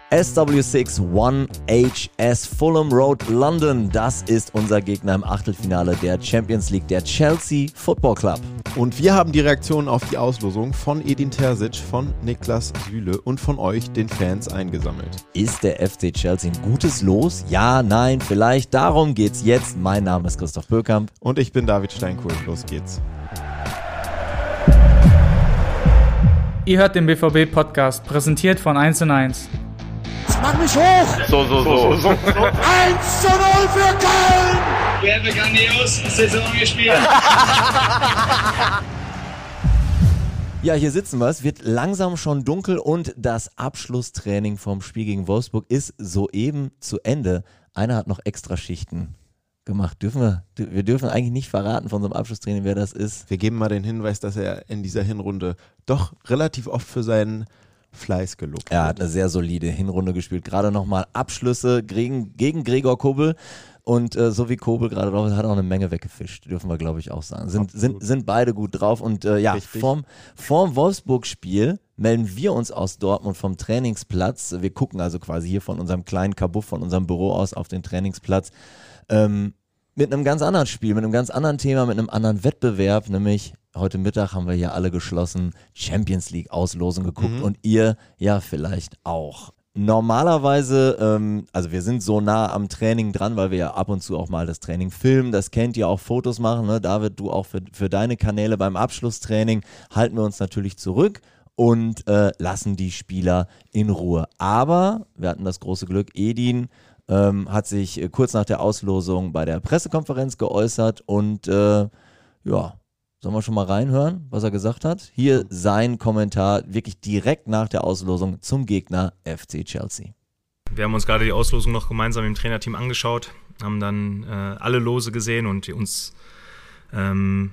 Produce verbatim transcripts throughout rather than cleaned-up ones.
S W sechs eins H S Fulham Road London, das ist unser Gegner im Achtelfinale der Champions League, der Chelsea Football Club. Und wir haben die Reaktion auf die Auslosung von Edin Terzic, von Niklas Süle und von euch, den Fans, eingesammelt. Ist der F C Chelsea ein gutes Los? Ja, nein, vielleicht. Darum geht's jetzt. Mein Name ist Christoph Böckamp. Und ich bin David Steinkohl. Los geht's. Ihr hört den B V B-Podcast, präsentiert von eins und eins. Mach mich hoch! So, so, so. so, so. eins zu null für Köln! Wir haben eine grandiose Saison gespielt. Ja, hier sitzen wir. Es wird langsam schon dunkel und das Abschlusstraining vom Spiel gegen Wolfsburg ist soeben zu Ende. Einer hat noch Extraschichten gemacht. Dürfen wir, wir dürfen eigentlich nicht verraten von unserem Abschlusstraining, wer das ist. Wir geben mal den Hinweis, dass er in dieser Hinrunde doch relativ oft für seinen Fleiß gelobt. Er hat eine sehr solide Hinrunde gespielt. Gerade nochmal Abschlüsse gegen, gegen Gregor Kobel. Und äh, so wie Kobel gerade drauf ist, hat er auch eine Menge weggefischt. Dürfen wir, glaube ich, auch sagen. Sind, sind, sind beide gut drauf. Und äh, ja, vorm, vorm Wolfsburg-Spiel melden wir uns aus Dortmund vom Trainingsplatz. Wir gucken also quasi hier von unserem kleinen Kabuff, von unserem Büro aus auf den Trainingsplatz. Ähm, mit einem ganz anderen Spiel, mit einem ganz anderen Thema, mit einem anderen Wettbewerb, nämlich heute Mittag haben wir ja alle geschlossen Champions League Auslosung geguckt mhm. und ihr ja vielleicht auch. Normalerweise, ähm, also wir sind so nah am Training dran, weil wir ja ab und zu auch mal das Training filmen, das kennt ihr, auch Fotos machen, ne? David, du auch für, für deine Kanäle beim Abschlusstraining, halten wir uns natürlich zurück und äh, lassen die Spieler in Ruhe. Aber wir hatten das große Glück, Edin ähm, hat sich äh, kurz nach der Auslosung bei der Pressekonferenz geäußert und äh, ja, sollen wir schon mal reinhören, was er gesagt hat? Hier sein Kommentar wirklich direkt nach der Auslosung zum Gegner F C Chelsea. Wir haben uns gerade die Auslosung noch gemeinsam im Trainerteam angeschaut, haben dann äh, alle Lose gesehen und uns ähm,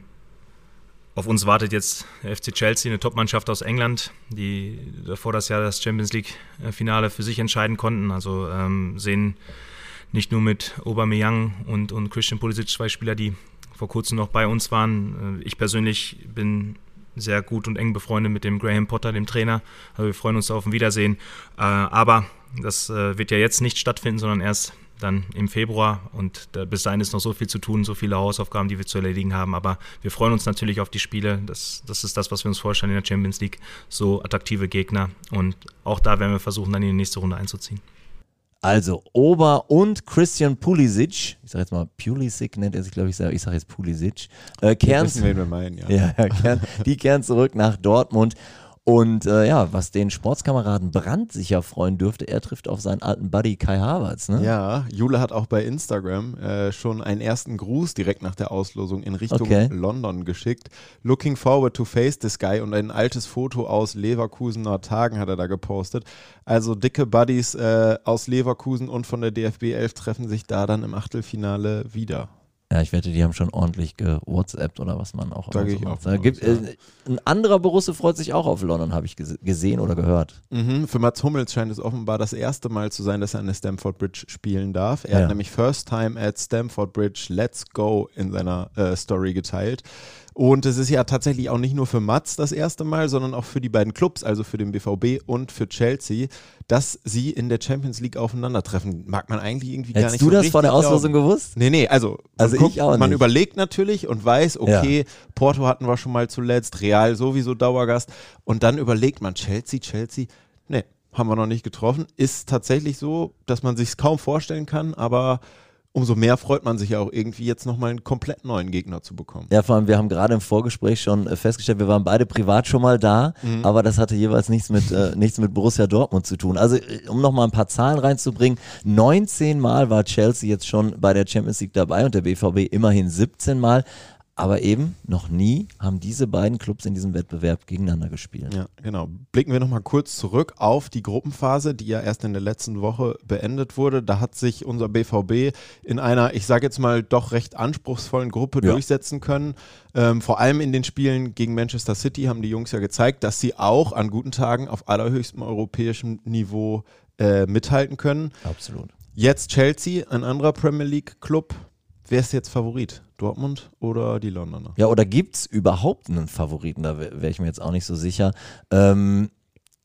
auf uns wartet jetzt der F C Chelsea, eine Top-Mannschaft aus England, die davor das Jahr das Champions League-Finale für sich entscheiden konnten. Also ähm, sehen nicht nur mit Aubameyang und, und Christian Pulisic zwei Spieler, die vor kurzem noch bei uns waren. Ich persönlich bin sehr gut und eng befreundet mit dem Graham Potter, dem Trainer. Also wir freuen uns auf ein Wiedersehen. Aber das wird ja jetzt nicht stattfinden, sondern erst dann im Februar. Und bis dahin ist noch so viel zu tun, so viele Hausaufgaben, die wir zu erledigen haben. Aber wir freuen uns natürlich auf die Spiele. Das, das ist das, was wir uns vorstellen in der Champions League. So attraktive Gegner. Und auch da werden wir versuchen, dann in die nächste Runde einzuziehen. Also Ober und Christian Pulisic, ich sage jetzt mal Pulisic nennt er sich, glaube ich, ich sage jetzt Pulisic, äh, kehren, wissen, wen wir meinen, ja. Ja, ja, kehren, die kehren zurück nach Dortmund. Und äh, ja, was den Sportskameraden Brandt sicher freuen dürfte, er trifft auf seinen alten Buddy Kai Havertz. Ne? Ja, Jule hat auch bei Instagram äh, schon einen ersten Gruß direkt nach der Auslosung in Richtung okay. London geschickt. Looking forward to face this guy und ein altes Foto aus Leverkusener Tagen hat er da gepostet. Also dicke Buddies äh, aus Leverkusen und von der D F B elf treffen sich da dann im Achtelfinale wieder. Ja, ich wette, die haben schon ordentlich ge-WhatsAppt oder was man auch Sag immer ich so auch macht. Da gibt, äh, ein anderer Borusse freut sich auch auf London, habe ich gese- gesehen oder gehört. Mhm, für Mats Hummels scheint es offenbar das erste Mal zu sein, dass er an der Stamford Bridge spielen darf. Er ja. hat nämlich First Time at Stamford Bridge, let's go in seiner äh, Story geteilt. Und es ist ja tatsächlich auch nicht nur für Mats das erste Mal, sondern auch für die beiden Clubs, also für den B V B und für Chelsea, dass sie in der Champions League aufeinandertreffen. Mag man eigentlich irgendwie gar Hättest nicht du so das richtig vor der Auslosung glauben. gewusst? Nee, nee, also, Also man, guckt, ich auch man nicht. überlegt natürlich und weiß, okay, Ja. Porto hatten wir schon mal zuletzt, Real sowieso Dauergast und dann überlegt man, Chelsea, Chelsea, nee, haben wir noch nicht getroffen. Ist tatsächlich so, dass man sich es kaum vorstellen kann, aber umso mehr freut man sich ja auch irgendwie jetzt nochmal einen komplett neuen Gegner zu bekommen. Ja, vor allem, wir haben gerade im Vorgespräch schon festgestellt, wir waren beide privat schon mal da, mhm. aber das hatte jeweils nichts mit, äh, nichts mit Borussia Dortmund zu tun. Also, um nochmal ein paar Zahlen reinzubringen, neunzehn Mal war Chelsea jetzt schon bei der Champions League dabei und der B V B immerhin siebzehn Mal. Aber eben noch nie haben diese beiden Clubs in diesem Wettbewerb gegeneinander gespielt. Ja, genau. Blicken wir nochmal kurz zurück auf die Gruppenphase, die ja erst in der letzten Woche beendet wurde. Da hat sich unser B V B in einer, ich sage jetzt mal, doch recht anspruchsvollen Gruppe ja. durchsetzen können. Ähm, vor allem in den Spielen gegen Manchester City haben die Jungs ja gezeigt, dass sie auch an guten Tagen auf allerhöchstem europäischem Niveau äh, mithalten können. Absolut. Jetzt Chelsea, ein anderer Premier League Club. Wer ist jetzt Favorit? Dortmund oder die Londoner? Ja, oder gibt es überhaupt einen Favoriten? Da wäre wär ich mir jetzt auch nicht so sicher. Ähm,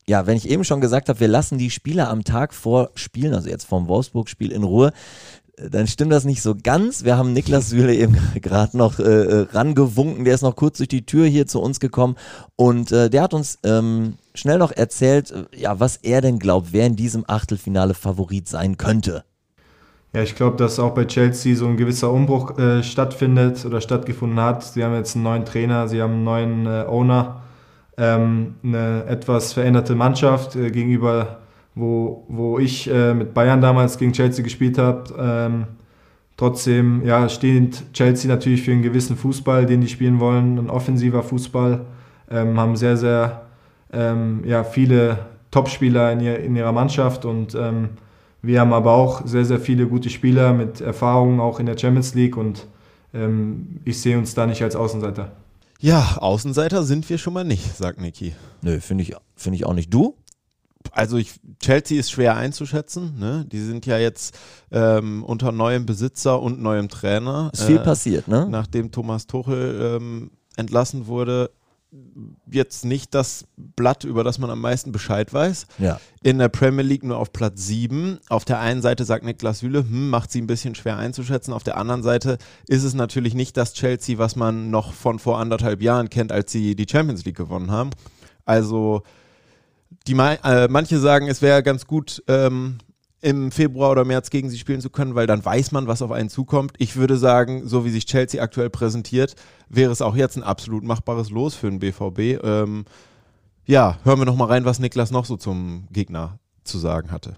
ja, wenn ich eben schon gesagt habe, wir lassen die Spieler am Tag vor Spielen, also jetzt vom Wolfsburg-Spiel in Ruhe, dann stimmt das nicht so ganz. Wir haben Niklas Süle eben gerade noch äh, rangewunken, der ist noch kurz durch die Tür hier zu uns gekommen und äh, der hat uns ähm, schnell noch erzählt, äh, ja, was er denn glaubt, wer in diesem Achtelfinale Favorit sein könnte. Ja, ich glaube, dass auch bei Chelsea so ein gewisser Umbruch äh, stattfindet oder stattgefunden hat. Sie haben jetzt einen neuen Trainer, sie haben einen neuen äh, Owner, ähm, eine etwas veränderte Mannschaft äh, gegenüber Wo, wo ich äh, mit Bayern damals gegen Chelsea gespielt habe. Ähm, trotzdem ja, steht Chelsea natürlich für einen gewissen Fußball, den die spielen wollen, ein offensiver Fußball, ähm, haben sehr, sehr ähm, ja, viele Topspieler in, ihr, in ihrer Mannschaft und ähm, wir haben aber auch sehr, sehr viele gute Spieler mit Erfahrung auch in der Champions League und ähm, ich sehe uns da nicht als Außenseiter. Ja, Außenseiter sind wir schon mal nicht, sagt Niki. Nö, finde ich, find ich auch nicht. Du? Also ich, Chelsea ist schwer einzuschätzen, ne? Die sind ja jetzt ähm, unter neuem Besitzer und neuem Trainer. Ist viel äh, passiert, ne? Nachdem Thomas Tuchel ähm, entlassen wurde, jetzt nicht das Blatt, über das man am meisten Bescheid weiß. Ja. In der Premier League nur auf Platz sieben. Auf der einen Seite sagt Niklas Süle, hm, macht sie ein bisschen schwer einzuschätzen. Auf der anderen Seite ist es natürlich nicht das Chelsea, was man noch von vor anderthalb Jahren kennt, als sie die Champions League gewonnen haben. Also Die, äh, manche sagen, es wäre ganz gut, ähm, im Februar oder März gegen sie spielen zu können, weil dann weiß man, was auf einen zukommt. Ich würde sagen, so wie sich Chelsea aktuell präsentiert, wäre es auch jetzt ein absolut machbares Los für den B V B. Ähm, ja, hören wir noch mal rein, was Niklas noch so zum Gegner zu sagen hatte.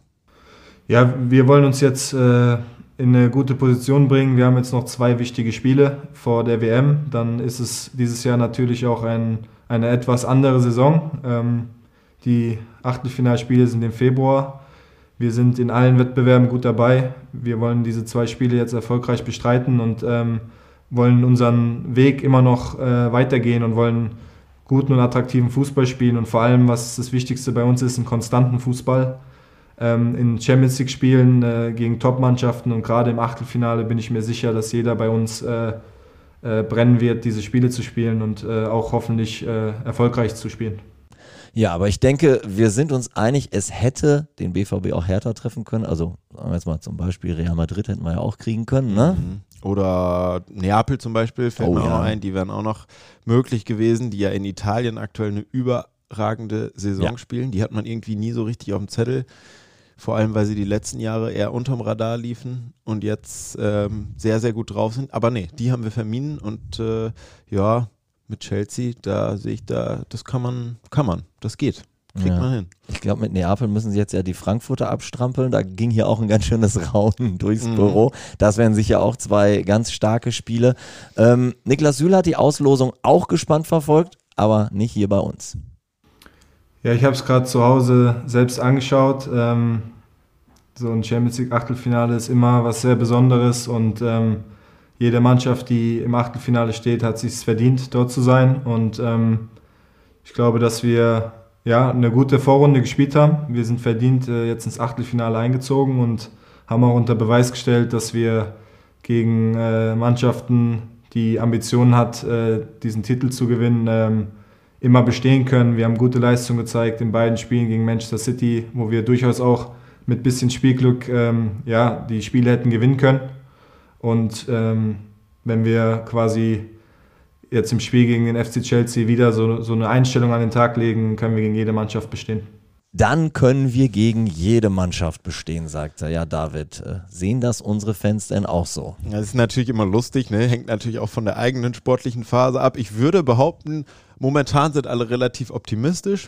Ja, wir wollen uns jetzt äh, in eine gute Position bringen. Wir haben jetzt noch zwei wichtige Spiele vor der W M. Dann ist es dieses Jahr natürlich auch ein, eine etwas andere Saison. Ähm, Die Achtelfinalspiele sind im Februar. Wir sind in allen Wettbewerben gut dabei. Wir wollen diese zwei Spiele jetzt erfolgreich bestreiten und ähm, wollen unseren Weg immer noch äh, weitergehen und wollen guten und attraktiven Fußball spielen und vor allem, was das Wichtigste bei uns ist, einen konstanten Fußball. Ähm, in Champions League spielen äh, gegen Top-Mannschaften und gerade im Achtelfinale bin ich mir sicher, dass jeder bei uns äh, äh, brennen wird, diese Spiele zu spielen und äh, auch hoffentlich äh, erfolgreich zu spielen. Ja, aber ich denke, wir sind uns einig, es hätte den B V B auch härter treffen können. Also sagen wir jetzt mal zum Beispiel Real Madrid hätten wir ja auch kriegen können, ne? Oder Neapel zum Beispiel, fällt Oh, mir auch ja. noch ein, die wären auch noch möglich gewesen, die ja in Italien aktuell eine überragende Saison Ja. spielen. Die hat man irgendwie nie so richtig auf dem Zettel. Vor allem, weil sie die letzten Jahre eher unterm Radar liefen und jetzt ähm, sehr, sehr gut drauf sind. Aber nee, die haben wir vermieden und äh, ja, mit Chelsea, da sehe ich da, das kann man, kann man, das geht, kriegt Ja. man hin. Ich glaube, mit Neapel müssen sie jetzt ja die Frankfurter abstrampeln. Da ging hier auch ein ganz schönes Raunen durchs Mhm. Büro. Das wären sicher auch zwei ganz starke Spiele. Ähm, Niklas Süle hat die Auslosung auch gespannt verfolgt, aber nicht hier bei uns. Ja, ich habe es gerade zu Hause selbst angeschaut. Ähm, so ein Champions League Achtelfinale ist immer was sehr Besonderes und ähm, jede Mannschaft, die im Achtelfinale steht, hat sich verdient, dort zu sein. Und ähm, ich glaube, dass wir ja, eine gute Vorrunde gespielt haben. Wir sind verdient äh, jetzt ins Achtelfinale eingezogen und haben auch unter Beweis gestellt, dass wir gegen äh, Mannschaften, die Ambitionen hat, äh, diesen Titel zu gewinnen, ähm, immer bestehen können. Wir haben gute Leistung gezeigt in beiden Spielen gegen Manchester City, wo wir durchaus auch mit bisschen Spielglück ähm, ja, die Spiele hätten gewinnen können. Und ähm, wenn wir quasi jetzt im Spiel gegen den F C Chelsea wieder so, so eine Einstellung an den Tag legen, können wir gegen jede Mannschaft bestehen. Dann können wir gegen jede Mannschaft bestehen, sagt er. Ja, David, äh, sehen das unsere Fans denn auch so? Das ist natürlich immer lustig, ne? Hängt natürlich auch von der eigenen sportlichen Phase ab. Ich würde behaupten, momentan sind alle relativ optimistisch.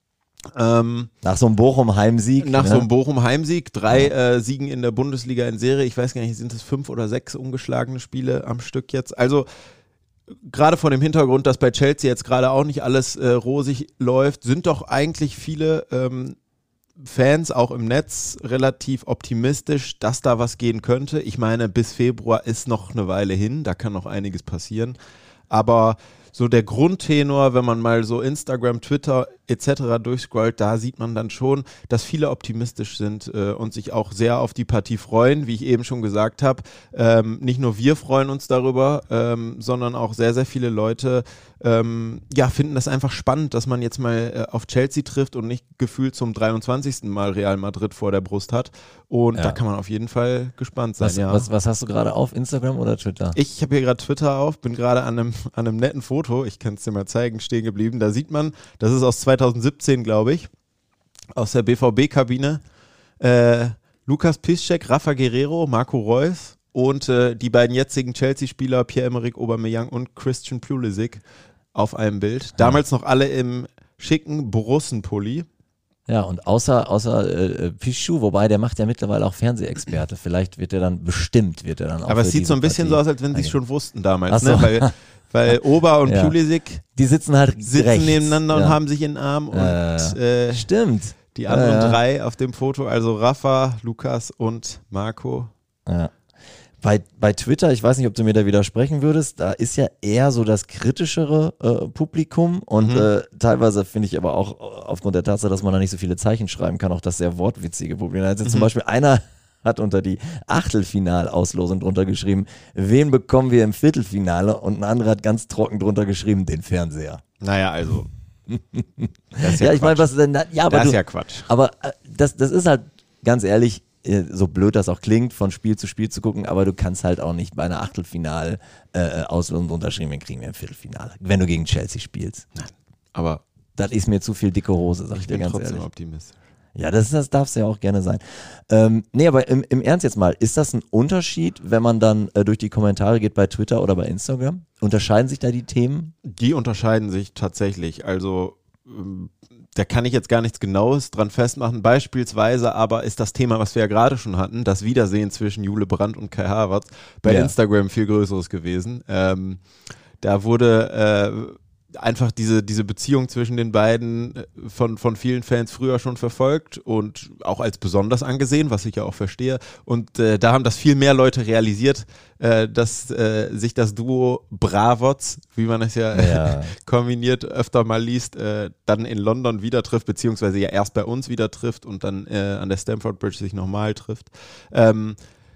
Ähm, Nach so einem Bochum-Heimsieg. nach ne? so einem Bochum-Heimsieg, drei äh, Siegen in der Bundesliga in Serie. Ich weiß gar nicht, sind es fünf oder sechs ungeschlagene Spiele am Stück jetzt? Also gerade vor dem Hintergrund, dass bei Chelsea jetzt gerade auch nicht alles äh, rosig läuft, sind doch eigentlich viele ähm, Fans auch im Netz relativ optimistisch, dass da was gehen könnte. Ich meine, bis Februar ist noch eine Weile hin, da kann noch einiges passieren. Aber so der Grundtenor, wenn man mal so Instagram, Twitter et cetera durchscrollt, da sieht man dann schon, dass viele optimistisch sind äh, und sich auch sehr auf die Partie freuen, wie ich eben schon gesagt habe. Ähm, nicht nur wir freuen uns darüber, ähm, sondern auch sehr, sehr viele Leute ähm, ja, finden das einfach spannend, dass man jetzt mal äh, auf Chelsea trifft und nicht gefühlt zum dreiundzwanzigsten Mal Real Madrid vor der Brust hat. Und ja. da kann man auf jeden Fall gespannt sein. Was, ja. was, was hast du gerade auf, Instagram oder Twitter? Ich habe hier gerade Twitter auf, bin gerade an einem, an einem netten Foto, ich kann es dir mal zeigen, stehen geblieben. Da sieht man, das ist aus zweitausendsiebzehn, glaube ich, aus der B V B-Kabine. Äh, Lukas Piszczek, Rafa Guerrero, Marco Reus und äh, die beiden jetzigen Chelsea-Spieler Pierre-Emerick Aubameyang und Christian Pulisic auf einem Bild. Damals ja. noch alle im schicken Borussen-Pulli. Ja, und außer, außer äh, Pichu, wobei der macht ja mittlerweile auch Fernsehexperte. Vielleicht wird er dann, bestimmt wird er dann auch. Aber es sieht so ein bisschen Partie so aus, als wenn sie es schon wussten damals, so. ne? Weil, weil Ober und ja. Pulisic die sitzen halt sitzen rechts. nebeneinander ja. und haben sich in den Arm und äh, äh, stimmt. Die anderen ja, ja. drei auf dem Foto, also Rafa, Lukas und Marco. Ja. Bei, bei Twitter, ich weiß nicht, ob du mir da widersprechen würdest, da ist ja eher so das kritischere äh, Publikum und mhm. äh, teilweise finde ich aber auch aufgrund der Tatsache, dass man da nicht so viele Zeichen schreiben kann, auch das sehr wortwitzige Publikum. Also mhm. zum Beispiel einer hat unter die Achtelfinalauslosung drunter geschrieben, wen bekommen wir im Viertelfinale, und ein anderer hat ganz trocken drunter geschrieben, den Fernseher. Naja, also das ist ja, ja ich meine, was denn da, ja, aber das du, ist ja Quatsch. Aber äh, das, das ist halt, ganz ehrlich, so blöd das auch klingt, von Spiel zu Spiel zu gucken, aber du kannst halt auch nicht bei einer Achtelfinal-Auslosung äh, unterschrieben, den kriegen wir im Viertelfinale, wenn du gegen Chelsea spielst. Nein, aber das ist mir zu viel dicke Hose, sag ich, ich dir ganz ehrlich. Ich bin trotzdem optimistisch. Ja, das, das darf es ja auch gerne sein. Ähm, nee, aber im, im Ernst jetzt mal, ist das ein Unterschied, wenn man dann äh, durch die Kommentare geht bei Twitter oder bei Instagram? Unterscheiden sich da die Themen? Die unterscheiden sich tatsächlich, also ähm, da kann ich jetzt gar nichts Genaues dran festmachen. Beispielsweise aber ist das Thema, was wir ja gerade schon hatten, das Wiedersehen zwischen Jule Brandt und Kai Havertz, bei ja. Instagram viel größeres gewesen. Ähm, da wurde äh, einfach diese, diese Beziehung zwischen den beiden von, von vielen Fans früher schon verfolgt und auch als besonders angesehen, was ich ja auch verstehe. Und äh, da haben das viel mehr Leute realisiert, äh, dass äh, sich das Duo Bravotz, wie man es ja, ja. kombiniert öfter mal liest, äh, dann in London wieder trifft, beziehungsweise ja erst bei uns wieder trifft und dann äh, an der Stamford Bridge sich nochmal trifft. Ähm,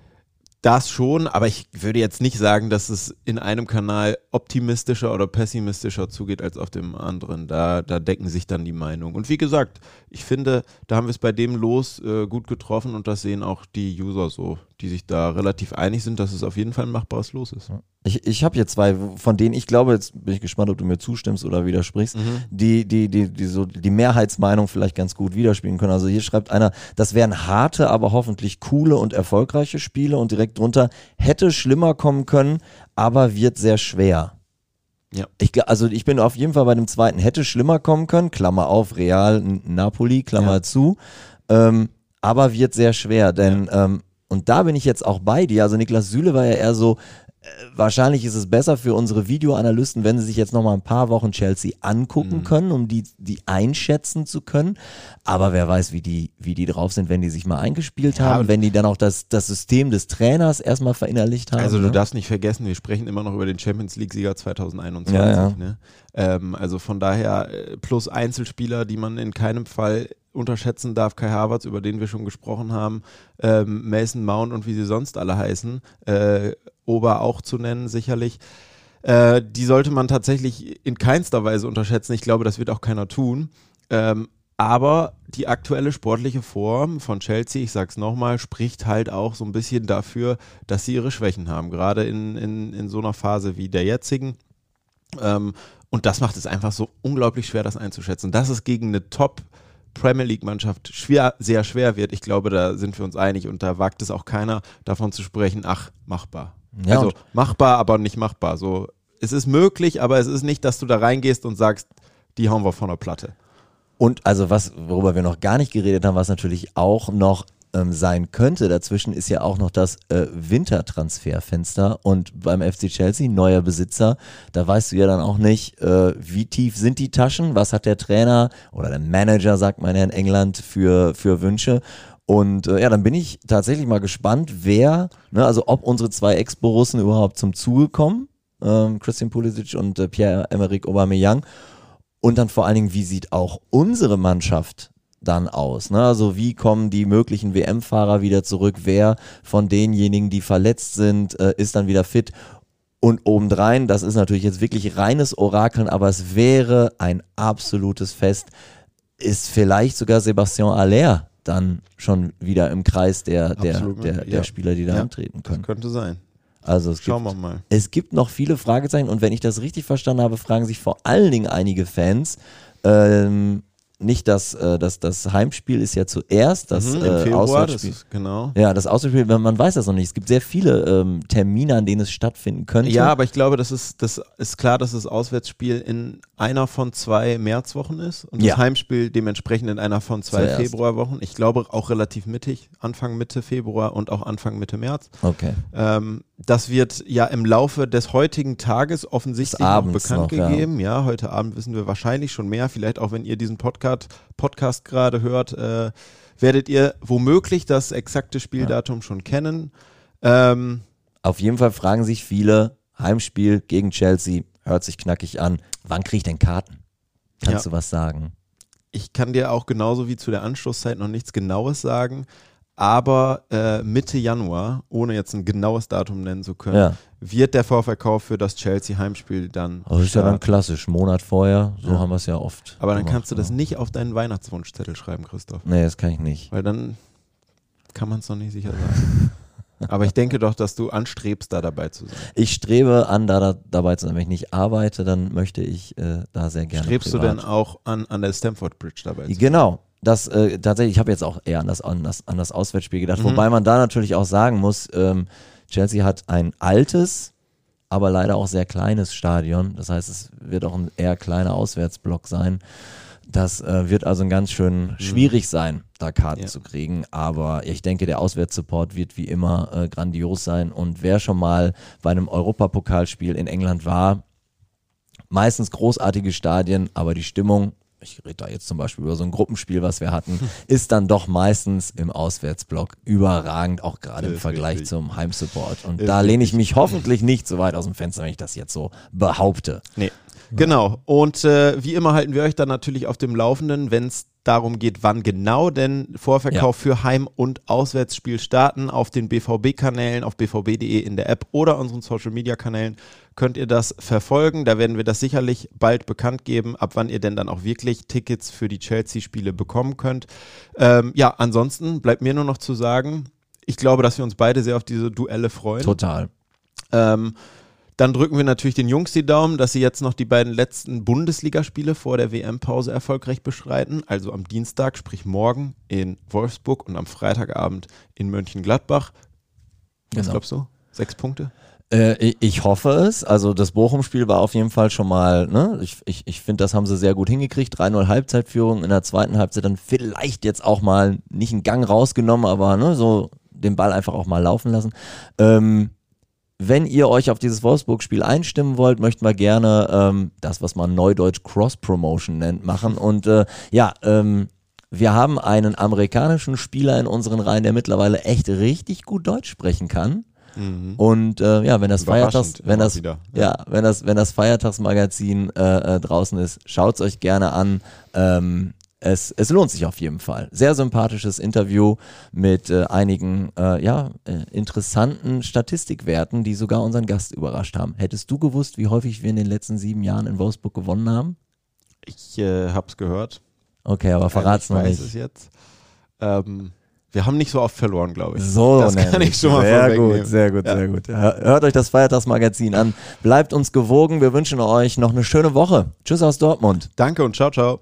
Das schon, aber ich würde jetzt nicht sagen, dass es in einem Kanal optimistischer oder pessimistischer zugeht als auf dem anderen. Da, da decken sich dann die Meinungen. Und wie gesagt, ich finde, da haben wir es bei dem Los äh, gut getroffen und das sehen auch die User so, die sich da relativ einig sind, dass es auf jeden Fall ein machbares Los ist. Ich, ich habe hier zwei, von denen ich glaube, jetzt bin ich gespannt, ob du mir zustimmst oder widersprichst, mhm. die, die, die, die so die Mehrheitsmeinung vielleicht ganz gut widerspiegeln können. Also hier schreibt einer, das wären harte, aber hoffentlich coole und erfolgreiche Spiele, und direkt drunter, hätte schlimmer kommen können, aber wird sehr schwer. Ja. Ich, also ich bin auf jeden Fall bei dem zweiten, hätte schlimmer kommen können, Klammer auf, Real, Napoli, Klammer ja. zu, ähm, aber wird sehr schwer, denn ja. ähm, und da bin ich jetzt auch bei dir, also Niklas Süle war ja eher so, äh, wahrscheinlich ist es besser für unsere Videoanalysten, wenn sie sich jetzt noch mal ein paar Wochen Chelsea angucken mhm. können, um die, die einschätzen zu können, aber wer weiß, wie die, wie die drauf sind, wenn die sich mal eingespielt ja, haben, wenn die dann auch das, das System des Trainers erstmal verinnerlicht haben. Also du ne? darfst nicht vergessen, wir sprechen immer noch über den Champions-League-Sieger zweitausendeinundzwanzig. Ja, ja. Ne? Ähm, also von daher plus Einzelspieler, die man in keinem Fall unterschätzen darf, Kai Havertz, über den wir schon gesprochen haben, ähm, Mason Mount und wie sie sonst alle heißen, äh, Ober auch zu nennen sicherlich, äh, die sollte man tatsächlich in keinster Weise unterschätzen. Ich glaube, das wird auch keiner tun. Ähm, aber die aktuelle sportliche Form von Chelsea, ich sag's nochmal, spricht halt auch so ein bisschen dafür, dass sie ihre Schwächen haben, gerade in, in, in so einer Phase wie der jetzigen. Ähm, und das macht es einfach so unglaublich schwer, das einzuschätzen. Dass es gegen eine Top- Premier League-Mannschaft schwer, sehr schwer wird. Ich glaube, da sind wir uns einig und da wagt es auch keiner, davon zu sprechen, ach, machbar. Ja, also machbar, aber nicht machbar. So, es ist möglich, aber es ist nicht, dass du da reingehst und sagst, die hauen wir von der Platte. Und also was, worüber wir noch gar nicht geredet haben, was natürlich auch noch ähm, sein könnte, dazwischen ist ja auch noch das äh, Wintertransferfenster, und beim F C Chelsea, neuer Besitzer, da weißt du ja dann auch nicht, äh, wie tief sind die Taschen, was hat der Trainer oder der Manager, sagt man ja in England, für, für Wünsche. Und äh, ja, dann bin ich tatsächlich mal gespannt, wer, ne, also ob unsere zwei Ex-Borussen überhaupt zum Zuge kommen. ähm, Christian Pulisic und äh, Pierre-Emerick Aubameyang. Und dann vor allen Dingen, wie sieht auch unsere Mannschaft dann aus? Ne? Also wie kommen die möglichen W M-Fahrer wieder zurück? Wer von denjenigen, die verletzt sind, äh, ist dann wieder fit? Und obendrein, das ist natürlich jetzt wirklich reines Orakeln, aber es wäre ein absolutes Fest, ist vielleicht sogar Sébastien Haller dann schon wieder im Kreis der, der, Absolut, der, der ja. Spieler, die da Ja, antreten können. Das könnte sein. Also es Schauen gibt, wir mal. Es gibt noch viele Fragezeichen und wenn ich das richtig verstanden habe, fragen sich vor allen Dingen einige Fans, ähm, nicht das, äh, das, das Heimspiel ist ja zuerst, das Mhm, im äh, Februar, Auswärtsspiel. das ist, genau. Ja, das Auswärtsspiel, man weiß das noch nicht. Es gibt sehr viele ähm, Termine, an denen es stattfinden könnte. Ja, aber ich glaube, das ist, das ist klar, dass das Auswärtsspiel in einer von zwei Märzwochen ist und das Ja. Heimspiel dementsprechend in einer von zwei Zuerst. Februarwochen. Ich glaube auch relativ mittig, Anfang Mitte Februar und auch Anfang Mitte März. Okay. Ähm, das wird ja im Laufe des heutigen Tages offensichtlich Des noch Abends bekannt noch, ja. gegeben. Ja. heute Abend wissen wir wahrscheinlich schon mehr. Vielleicht auch, wenn ihr diesen Podcast, Podcast gerade hört, äh, werdet ihr womöglich das exakte Spieldatum schon kennen. Ähm, Auf jeden Fall fragen sich viele, Heimspiel gegen Chelsea, hört sich knackig an. Wann kriege ich denn Karten? Kannst Ja. du was sagen? Ich kann dir auch genauso wie zu der Anschlusszeit noch nichts Genaues sagen, aber äh, Mitte Januar, ohne jetzt ein genaues Datum nennen zu können, Ja. wird der Vorverkauf für das Chelsea-Heimspiel dann Das ist ja dann starten. klassisch, Monat vorher, so Ja. haben wir es ja oft Aber dann gemacht, kannst du das ja. nicht auf deinen Weihnachtswunschzettel schreiben, Christoph, Nee, das kann ich nicht. weil dann kann man es noch nicht sicher sagen. Aber ich denke doch, dass du anstrebst, da dabei zu sein. Ich strebe an, da, da dabei zu sein. Wenn ich nicht arbeite, dann möchte ich äh, da sehr gerne Strebst privat. du denn auch an, an der Stamford Bridge dabei zu sein? Genau. Das äh, tatsächlich, ich habe jetzt auch eher an das, an das, an das Auswärtsspiel gedacht, Mhm. wobei man da natürlich auch sagen muss, ähm, Chelsea hat ein altes, aber leider auch sehr kleines Stadion. Das heißt, es wird auch ein eher kleiner Auswärtsblock sein. Das äh, wird also ganz schön schwierig sein, da Karten Ja. zu kriegen. Aber ich denke, der Auswärtssupport wird wie immer äh, grandios sein. Und wer schon mal bei einem Europapokalspiel in England war, meistens großartige Stadien, aber die Stimmung, ich rede da jetzt zum Beispiel über so ein Gruppenspiel, was wir hatten, ist dann doch meistens im Auswärtsblock überragend, auch gerade im Ist Vergleich richtig. zum Heimsupport. Und Ist da lehne ich richtig. mich hoffentlich nicht so weit aus dem Fenster, wenn ich das jetzt so behaupte. Nee. Genau. Und äh, wie immer halten wir euch dann natürlich auf dem Laufenden, wenn es darum geht, wann genau denn Vorverkauf für Heim- und Auswärtsspiel starten. Auf den B V B-Kanälen, auf b v b punkt d e in der App oder unseren Social-Media-Kanälen könnt ihr das verfolgen. Da werden wir das sicherlich bald bekannt geben, ab wann ihr denn dann auch wirklich Tickets für die Chelsea-Spiele bekommen könnt. Ähm, ja, ansonsten bleibt mir nur noch zu sagen, ich glaube, dass wir uns beide sehr auf diese Duelle freuen. Total. Ähm, Dann drücken wir natürlich den Jungs die Daumen, dass sie jetzt noch die beiden letzten Bundesligaspiele vor der W M-Pause erfolgreich bestreiten. Also am Dienstag, sprich morgen in Wolfsburg und am Freitagabend in Mönchengladbach. Was Genau. glaubst du? Sechs Punkte? Äh, ich, ich hoffe es. Also das Bochum-Spiel war auf jeden Fall schon mal, ne? ich, ich, ich finde, das haben sie sehr gut hingekriegt. drei null Halbzeitführung, in der zweiten Halbzeit dann vielleicht jetzt auch mal nicht einen Gang rausgenommen, aber ne, so den Ball einfach auch mal laufen lassen. Ähm, Wenn ihr euch auf dieses Wolfsburg-Spiel einstimmen wollt, möchten wir gerne ähm, das, was man neudeutsch Cross-Promotion nennt, machen. Und äh, ja, ähm, wir haben einen amerikanischen Spieler in unseren Reihen, der mittlerweile echt richtig gut Deutsch sprechen kann. Mhm. Und äh, ja, wenn das Feiertags, Überraschend wenn immer das, wieder. ja, wenn das, wenn das Feiertagsmagazin äh, äh, draußen ist, schaut's euch gerne an. Ähm, Es, es lohnt sich auf jeden Fall. Sehr sympathisches Interview mit äh, einigen äh, ja, äh, interessanten Statistikwerten, die sogar unseren Gast überrascht haben. Hättest du gewusst, wie häufig wir in den letzten sieben Jahren in Wolfsburg gewonnen haben? Ich äh, hab's gehört. Okay, aber verrat's noch ich weiß nicht. es jetzt. Ähm, wir haben nicht so oft verloren, glaube ich. So, das kann nämlich. ich schon mal Sehr vorwegnehmen. gut, sehr gut, Ja. sehr gut. Hör- Hört euch das Feiertagsmagazin an. Bleibt uns gewogen. Wir wünschen euch noch eine schöne Woche. Tschüss aus Dortmund. Danke und ciao, ciao.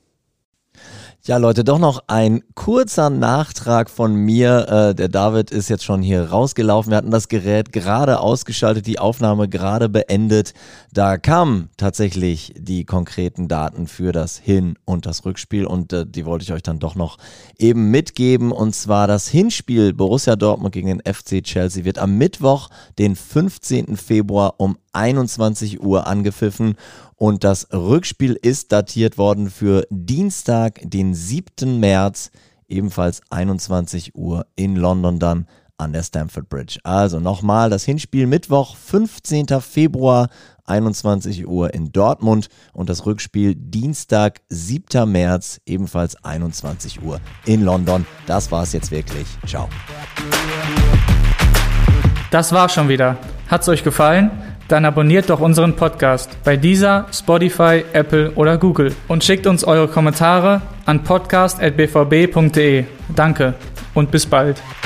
Ja, Leute, doch noch ein kurzer Nachtrag von mir. Äh, der David ist jetzt schon hier rausgelaufen. Wir hatten das Gerät gerade ausgeschaltet, die Aufnahme gerade beendet. Da kamen tatsächlich die konkreten Daten für das Hin- und das Rückspiel und äh, die wollte ich euch dann doch noch eben mitgeben. Und zwar das Hinspiel Borussia Dortmund gegen den F C Chelsea wird am Mittwoch, den fünfzehnten Februar um einundzwanzig Uhr angepfiffen. Und das Rückspiel ist datiert worden für Dienstag, den siebten März, ebenfalls einundzwanzig Uhr in London dann an der Stamford Bridge. Also nochmal das Hinspiel Mittwoch, fünfzehnten Februar, einundzwanzig Uhr in Dortmund und das Rückspiel Dienstag, siebten März, ebenfalls einundzwanzig Uhr in London. Das war's jetzt wirklich. Ciao. Das war's schon wieder. Hat's euch gefallen? Dann abonniert doch unseren Podcast bei Deezer, Spotify, Apple oder Google und schickt uns eure Kommentare an podcast at b v b punkt d e. Danke und bis bald.